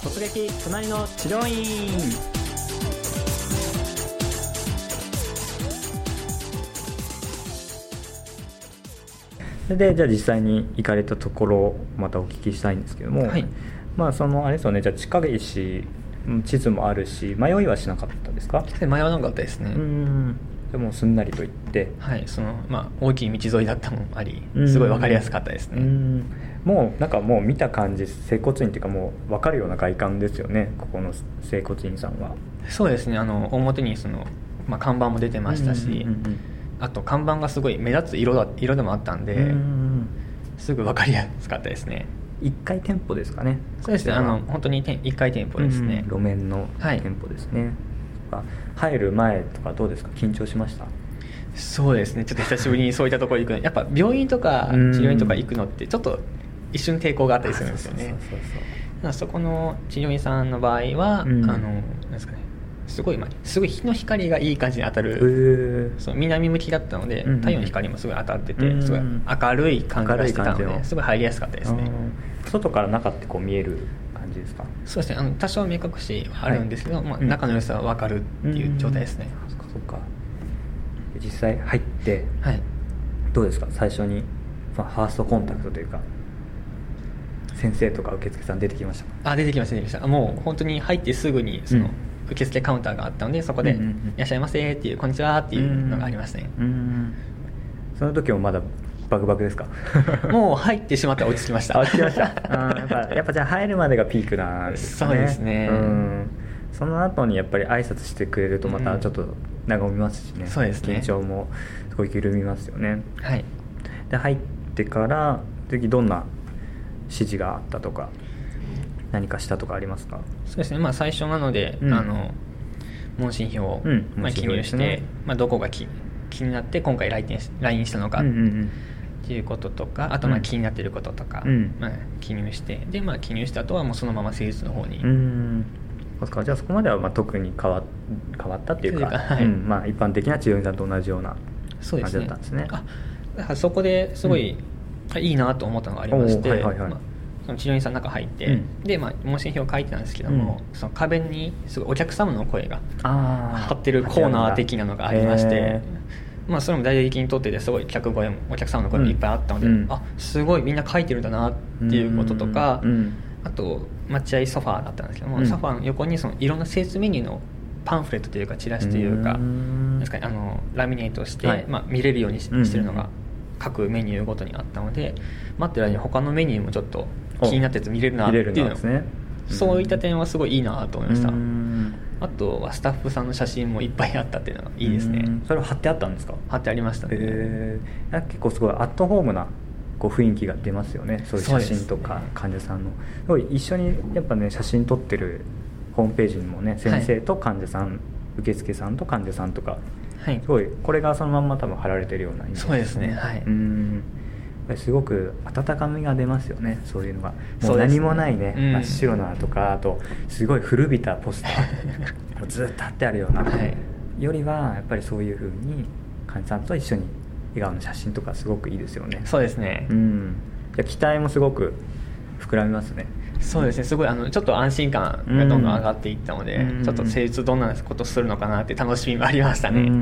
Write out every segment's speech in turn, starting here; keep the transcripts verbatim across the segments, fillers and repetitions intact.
突撃隣の治療院。それでじゃあ実際に行かれたところをまたお聞きしたいんですけども、はい、まあそのあれですよね、じゃあ近いし地図もあるし迷いはしなかったですか？ 迷わなかったですね。 うん、でもすんなりと行って、 はい、そのまあ大きい道沿いだったのもあり、すごい分かりやすかったですね。 うん、もうなんかもう見た感じ整骨院っていうかもう分かるような外観ですよね、ここの整骨院さんは。 そうですね、あの表にその、まあ、看板も出てましたし、うんうんうんうん、あと看板がすごい目立つ色だ色でもあったんで、うんうん、すぐ分かりやすかったですね。 いっかい店舗ですかね？ そうですね、あの本当にいっかい店舗ですね、 うん、路面の店舗ですね、はい、入る前とかどうですか？緊張しました？ そうですね、ちょっと久しぶりにそういったところ行くのやっぱ病院とか治療院とか行くのってちょっと一瞬抵抗があったりするんですよね。そこの治療院さんの場合は、うん、あのなんですかね、すごい、まあ、すごい日の光がいい感じに当たる、その南向きだったので、うんうん、太陽の光もすごい当たってて、うん、すごい明るい感じがしてたので、すごい入りやすかったですね。 外から中ってこう見える感じですか？ そうですね、あの多少目隠しあるんですけど、はい、まあ、中の良さは分かるっていう状態ですね。 うん、そっかそっか。実際入って、はい、どうですか？最初に、まあ、ファーストコンタクトというか先生とか受付さん出てきましたか？ あ、出てきました出てきました。もう本当に入ってすぐにその、うん、受付カウンターがあったので、そこで、うんうんうん、いらっしゃいませっていう、こんにちはっていうのがありましたね。うんうん、 その時もまだバクバクですか？ もう入ってしまって落ち着きました。 落ち着きました。あ、やっぱやっぱじゃあ入るまでがピークなんですかね。 そうですね。うん、 その後にやっぱり挨拶してくれるとまたちょっと和みますしね。うん、 そうですね。 緊張もすごい緩みますよね。 はい。 で入ってから次どんな指示があったとか何かしたとかありますか？ そうですね。まあ最初なので、うん、あの問診票を、うんまあ、記入して、ね、まあ、どこが気気になって今回来店し来院したのか。うんうんうん、っていうこととか、あとまあ気になっていることとか、うんまあ、記入してで、まあ、記入した後はもうそのまま施術の方に。 うん、じゃあそこまではまあ特に変わ、変わったっていうか、はい、うんまあ、一般的な治療院さんと同じような感じだったんですね。 あ、だからそこですごい、うん、いいなと思ったのがありまして、はいはいはい、まあ、その治療院さんの中入って、うん、で、まあ、問診票を書いてたんですけども、うん、その壁にすごいお客様の声が貼ってるコーナー的なのがありまして、まあ、それも大々的にとっててすごい客声もお客様の声もいっぱいあったので、うん、あすごいみんな書いてるんだなっていうこととか、うん、あと待合ソファーだったんですけども、うん、ソファーの横にそのいろんな施術メニューのパンフレットというかチラシというか、うん、ですかね、あのラミネートして、はい、まあ、見れるようにしてるのが各メニューごとにあったので、待ってる間に他のメニューもちょっと気になったやつ見れるなっていうの、ね、そういった点はすごいいいなと思いました。あとはスタッフさんの写真もいっぱいあったっていうのがいいですね。 それは貼ってあったんですか？貼ってありましたね。 へー、結構すごいアットホームなこう雰囲気が出ますよね。そういう写真とか患者さんのすごい一緒にやっぱね写真撮ってるホームページにもね、先生と患者さん、はい、受付さんと患者さんとか、はい、すごいこれがそのまんま多分貼られてるようなイメージですね。 そうですね、はい、 うん、すごく温かみが出ますよね、そういうのが。もう何もないね、真っ白なとか、あとすごい古びたポスターずっと貼ってあるような、はい、よりはやっぱりそういう風に患者さんと一緒に笑顔の写真とかすごくいいですよね。 そうですね、 うん、期待もすごく膨らみますね。 そうですね、すごいあのちょっと安心感がどんどん上がっていったので、うん、ちょっと施術どんなことするのかなって楽しみもありましたね。 うん、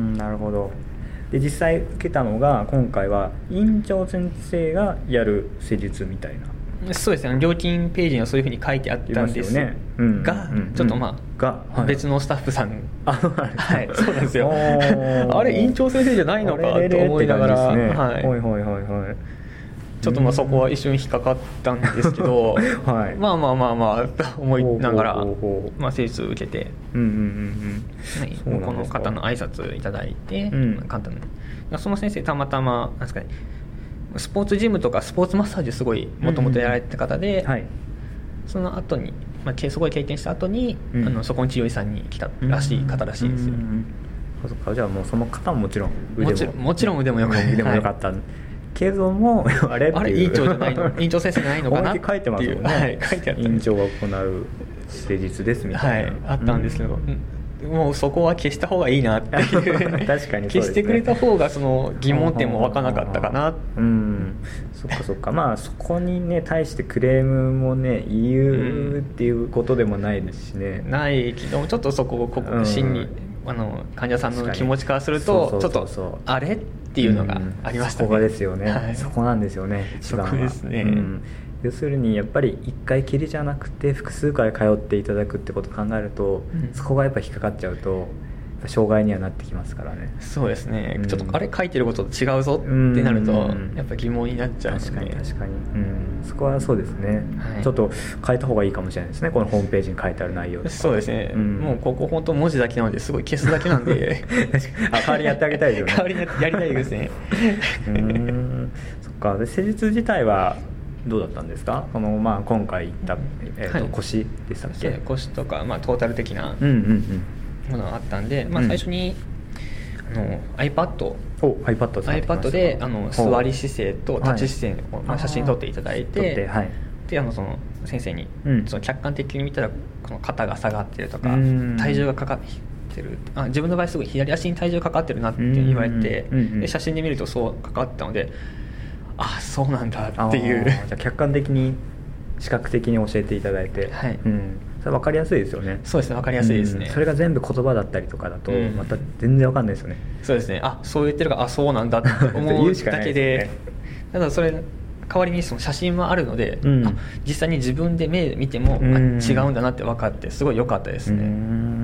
なるほど。で実際受けたのが今回は院長先生がやる施術みたいな。 そうですね、料金ページにはそういうふうに書いてあったんですが、ね、うん、ちょっとまあ、がはい、別のスタッフさん、はい、そうですよあれ院長先生じゃないのかと思いながら、はいはいはいはい、ちょっとまあそこは一瞬引っかかったんですけど、はい、まあまあまあまあと思いながら、まあ、施術を受けて、うんうんうんうん、この方の挨拶いただいて、うん、簡単なその先生たまたまなんですかね、スポーツジムとかスポーツマッサージすごいもともとやられてた方で、うんうん、はい、その後に、まあ、そこで経験した後に、うん、あのそこの治療院さんに来たらしい方らしいですよ。うんうんうん、そっか、じゃあもうその方ももちろん腕ももちもちろん腕もよかった、 腕もよかった、はい、けどもあれっていう、 あれ院長じゃないの院長先生じゃないのかなっていう書いてますもんね、 はい、書いてあった院長が行う施術ですみたいな、 はい、あったんですけど、うん、 もうそこは消した方がいいなっていう確かにそうですね、 消してくれた方がその疑問点も湧かなかったかな。 うん、そっかそっか。まあそこにね対してクレームもね言うっていうことでもないですしね、 うん、ないけどちょっとそこをここ心理、うん、あの患者さんの気持ちからするとちょっとあれっていうのがありましたね、 うん、そこですよね、はい、そこなんですよね一番は。 そこですね、 うん、要するにやっぱりいっかいきりじゃなくて複数回通っていただくってことを考えると、うん、そこがやっぱ引っかかっちゃうと障害にはなってきますからね。 そうですね、うん、ちょっとあれ書いてることと違うぞってなるとやっぱ疑問になっちゃうので、 確かに確かに、うん、そこはそうですね、はい、ちょっと変えた方がいいかもしれないですね、このホームページに書いてある内容とか。 そうですね、うん、もうここ本当文字だけなのですごい消すだけなんであ、代わりにやってあげたいですよね代わりにやりたいですねうーん、そっか。で施術自体はどうだったんですか？この、まあ、今回言った、えーとはい、腰でしたっけ？ 腰とか、まあ、トータル的なうんうんうんものがあったんで、まあ、最初に、うん、あの iPad, iPad, iPad であの座り姿勢と立ち姿勢を、まあ、写真撮っていただいて、はい、であのその先生に、うん、その客観的に見たらこの肩が下がってるとか体重がかかってる、あ自分の場合すごい左足に体重かかってるなって言われて、で写真で見るとそうかかってたので、あそうなんだっていう。 じゃあ客観的に視覚的に教えていただいて、はい、うん、それ分かりやすいですよね。 そうですね、分かりやすいですね、 うん、それが全部言葉だったりとかだとまた全然分かんないですよね、 うん、そうですね、あそう言ってるからあそうなんだって思うだけでね、ただそれ代わりにその写真もあるので、うん、あ実際に自分で目見ても、うん、あ違うんだなって分かってすごい良かったですね。うん、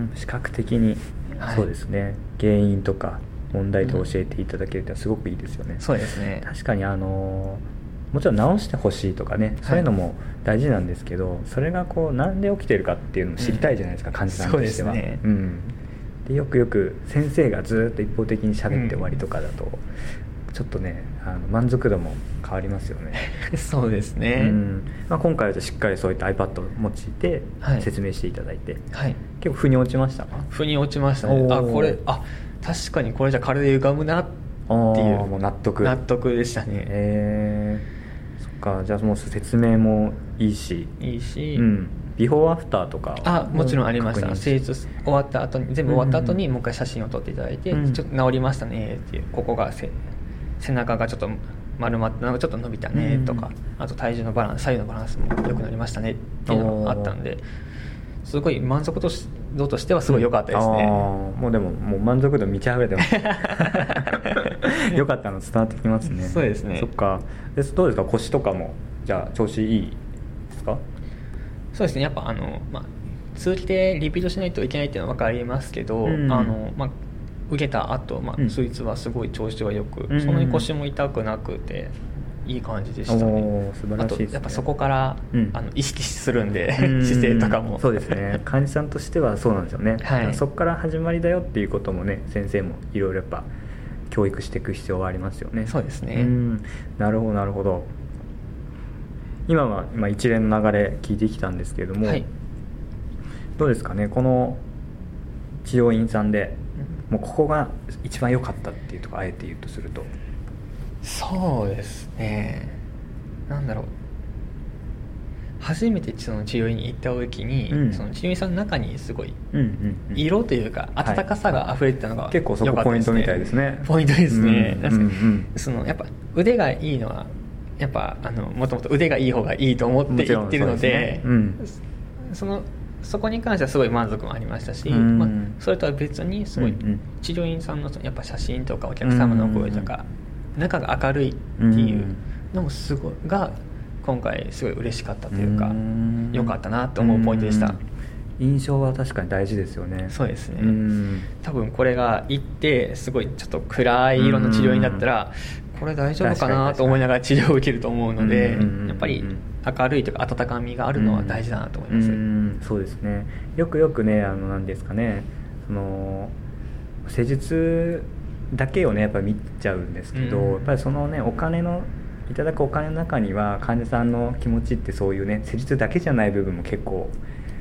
視覚的に、はい、そうですね、原因とか問題と教えていただけるとすごくいいですよね、 うん、そうですね。 確かにあのもちろん直してほしいとかね、そういうのも大事なんですけど、はい、それがこうなんで起きてるかっていうのを知りたいじゃないですか、うん、患者さんとしては。そうですね、うん、でよくよく先生がずっと一方的に喋って終わりとかだと、うん、ちょっとねあの満足度も変わりますよねそうですね、 うんまあ、今回はしっかりそういった iPad を用いて説明していただいて、 はい、 結構腑に落ちましたか？ 腑に落ちましたね。あこれあ確かにこれじゃ体歪むなっていうもう納得納得でしたね。 へーか。じゃあもう説明もいいしいいし、 うん、ビフォーアフターとかあもちろんありました。施術終わった後に全部終わった後にもう一回写真を撮っていただいて、うん、ちょっと治りましたねっていう、ここがせ背中がちょっと丸まってなんかちょっと伸びたねとか、うん、あと体重のバランス左右のバランスも良くなりましたねっていうのがあったんで、すごい満足度としてはすごい良かったですね、うん、 あもうでももう満足度満ち溢れてます良かったの伝わってきますね。 そうですね。 そっか。でどうですか、腰とかもじゃあ調子いいですか？ そうですね、やっぱあの、まあ、通気でリピートしないといけないっていうのは分かりますけど、うん、あのまあ、受けた後、まあ、スイーツはすごい調子はよく、うん、そんなに腰も痛くなくていい感じでしたね。 素晴らしいですね。 あとやっぱそこから、うん、あの意識するんで姿勢とかもそうですね、患者さんとしてはそうなんですよね、はい、そこから始まりだよっていうこともね先生もいろいろやっぱ教育していく必要はありますよね。 そうですね。 うんなるほどなるほど。今は今一連の流れ聞いてきたんですけれども、はい、どうですかね、この治療院さんでもうここが一番良かったっていうところあえて言うとすると。 そうですね、なんだろう、初めてその治療院に行った時に、うん、その治療院さんの中にすごい色というか温かさが溢れてたのが良かったですね、はい、結構そこポイントみたいですね。 ポイントですね、うんうんうん、そのやっぱ腕がいいのはやっぱあのもともと腕がいい方がいいと思って言ってるの で, そ, で、ねうん、そのそこに関してはすごい満足もありましたし、うんまあ、それとは別にすごい治療院さんのやっぱ写真とかお客様の声とか、うん、中が明るいっていうのもすごいが今回すごい嬉しかったというか、うん、良かったなと思うポイントでした。 印象は確かに大事ですよね。 そうですね、うん、多分これが行ってすごいちょっと暗い色の治療院だったらこれ大丈夫かなと思いながら治療を受けると思うので、やっぱり明るいというか温かみがあるのは大事だなと思います。うんうん、 そうですね。よくよくね、あの何ですかね、その施術だけをねやっぱり見ちゃうんですけど、うん、やっぱりそのねお金のいただくお金の中には患者さんの気持ちってそういうね施術だけじゃない部分も結構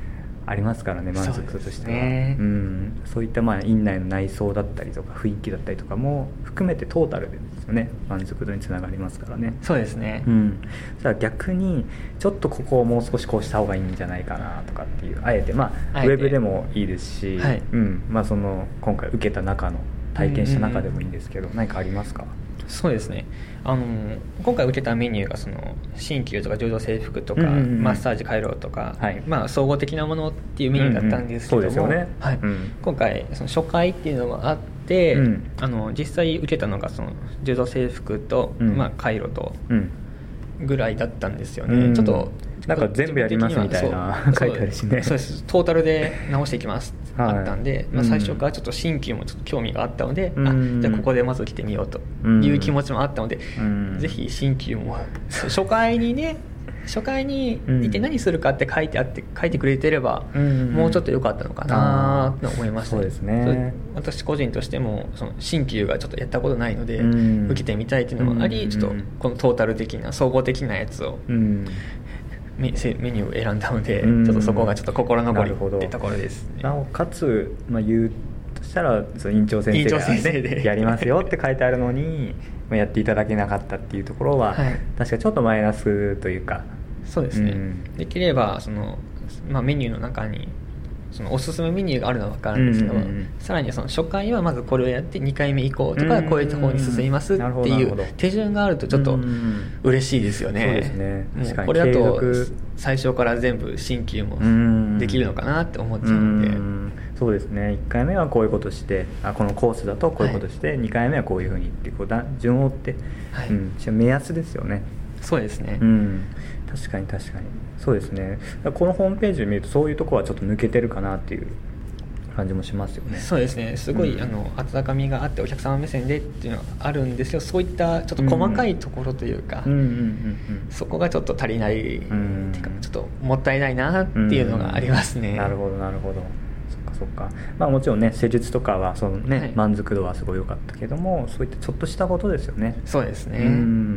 ありますからね、満足度としては。 そう、 ね、 うん、そういったまあ院内の内装だったりとか雰囲気だったりとかも含めてトータルでですよね、満足度につながりますからね。 そうですね、 うん、じゃあ逆にちょっとここをもう少しこうした方がいいんじゃないかなとかっていう、あえてまあウェブでもいいですし、はい、うん、まあ、その今回受けた中の体験した中でもいいんですけど、何かありますか？ そうですね、あの今回受けたメニューがその鍼灸とか柔道整復とか、うんうんうん、マッサージ回廊とか、はい、まあ、総合的なものっていうメニューだったんですけども、今回その初回っていうのもあって、うん、あの実際受けたのがその柔道整復と、うん、まあ、回路とぐらいだったんですよね、うん、ちょっとなんか全部やりますみたいな書いてあるしね。 そうです、トータルで直していきますってあったんで、はい、まあ、最初からちょっと鍼灸もちょっと興味があったので、うん、あ、じゃあここでまず来てみようという気持ちもあったので、うん、ぜひ鍼灸も初回にね初回にいて何するかって書いてあって書いてくれてれば、うん、もうちょっと良かったのかなと思いました、ね、 そうですね。 私個人としてもその鍼灸がちょっとやったことないので、うん、受けてみたいっていうのもあり、ちょっとこのトータル的な総合的なやつを、うん、メニューを選んだので、うん、ちょっとそこがちょっと心残りってところですね。 なおかつ、まあ、言うとしたらその院長先生が、ね、やりますよって書いてあるのにやっていただけなかったっていうところは、はい、確かちょっとマイナスというか。 そうですね、うん、できればその、まあ、メニューの中にそのおすすめメニューがあるのは分かるんですけど、うんうんうん、さらにその初回はまずこれをやってにかいめ以降とかこういう方に進みますっていう手順があるとちょっと嬉しいですよね。 そうですね、 もうこれだと最初から全部鍼灸もできるのかなって思っちゃうので、うん、 そうですね、いっかいめはこういうことして、あ、このコースだとこういうことして、はい、にかいめはこういうふうにってこう順を追って、はい、うん、目安ですよね。 そうですね、 うん、確かに確かにそうですね。このホームページを見るとそういうところはちょっと抜けてるかなっていう感じもしますよね。 そうですね、すごい、うん、あの温かみがあってお客様目線でっていうのはあるんですけど、そういったちょっと細かいところというか、そこがちょっと足りない、うん、っていうかちょっともったいないなっていうのがありますね、 うん、なるほどなるほど、そっかそっか。まあもちろんね施術とかはその、ね、はい、満足度はすごい良かったけども、そういったちょっとしたことですよね。 そうですね、 うん、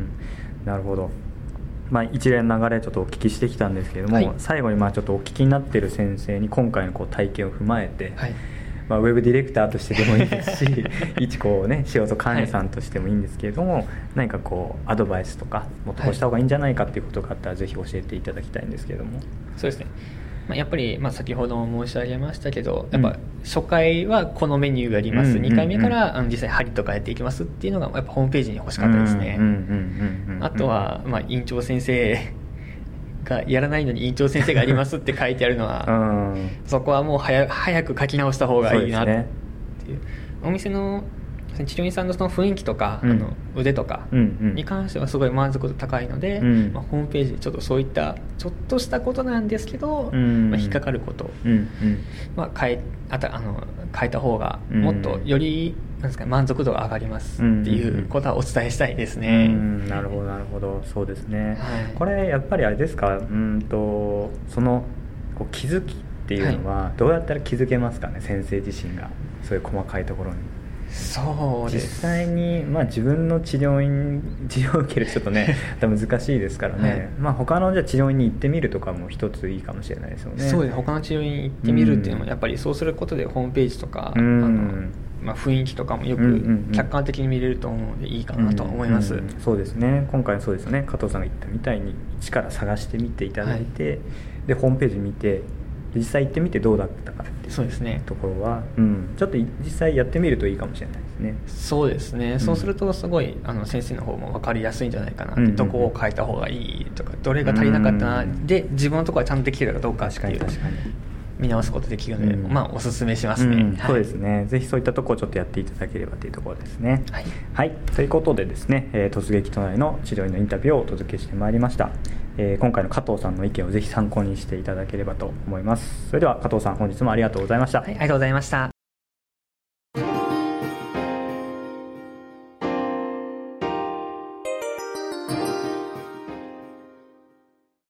なるほど。まあ、一連の流れちょっとお聞きしてきたんですけれども、はい、最後にまあちょっとお聞きになっている先生に今回のこう体験を踏まえて、はい、まあ、ウェブディレクターとしてでもいいですし一こう、ね、仕事管理さんとしてもいいんですけれども、はい、何かこうアドバイスとかもっとこうした方がいいんじゃないかっていうことがあったら、ぜひ教えていただきたいんですけれども。 そうですね、まあ、やっぱりまあ先ほども申し上げましたけど、やっぱ初回はこのメニューがあります、うん、にかいめからあの実際針とかやっていきますっていうのがやっぱホームページに欲しかったですね。あとはまあ院長先生がやらないのに院長先生がやりますって書いてあるのは、うん、そこはもう早早く書き直した方がいいなっていう、ね、お店の治療院さんのその雰囲気とか、うん、あの腕とかに関してはすごい満足度高いので、うん、まあ、ホームページでちょっとそういったちょっとしたことなんですけど、うん、まあ、引っかかること、うんうん、まあ、変えあたあの変えた方がもっとより、なんですか、満足度が上がりますっていうことはお伝えしたいですね。 うんうん、なるほどなるほど、そうですね、はい、これやっぱりあれですか、うんとそのこう気づきっていうのはどうやったら気づけますかね、はい、先生自身がそういう細かいところに。 そうです、 実際に、まあ、自分の治療院治療を受ける人とね難しいですからね、はい、まあ、他のじゃ治療院に行ってみるとかも一ついいかもしれないですよね。 そうです、他の治療院行ってみるっていうのもやっぱりそうすることでホームページとか、うん、あのまあ、雰囲気とかもよく客観的に見れると思うのでいいかなと思います、うんうんうん、 そうですね、今回そうですね、加藤さんが言ったみたいに一から探してみていただいて、はい、でホームページ見て実際行ってみてどうだったかっていうところは、うん、ちょっと実際やってみるといいかもしれないですね。 そうですね、うん、そうするとすごいあの先生の方も分かりやすいんじゃないかなって、うんうんうん、どこを変えた方がいいとかどれが足りなかったな、うん、で自分のところはちゃんとできてるかどうかっていう見直すことできるので、うん、まあおすすめしますね、うん、はい、 そうですね、ぜひそういったところをちょっとやっていただければというところですね。はい、はい、ということでですね、えー、突撃隣の治療院のインタビューをお届けしてまいりました。えー、今回の加藤さんの意見をぜひ参考にしていただければと思います。それでは加藤さん、本日もありがとうございました。 はい、ありがとうございました。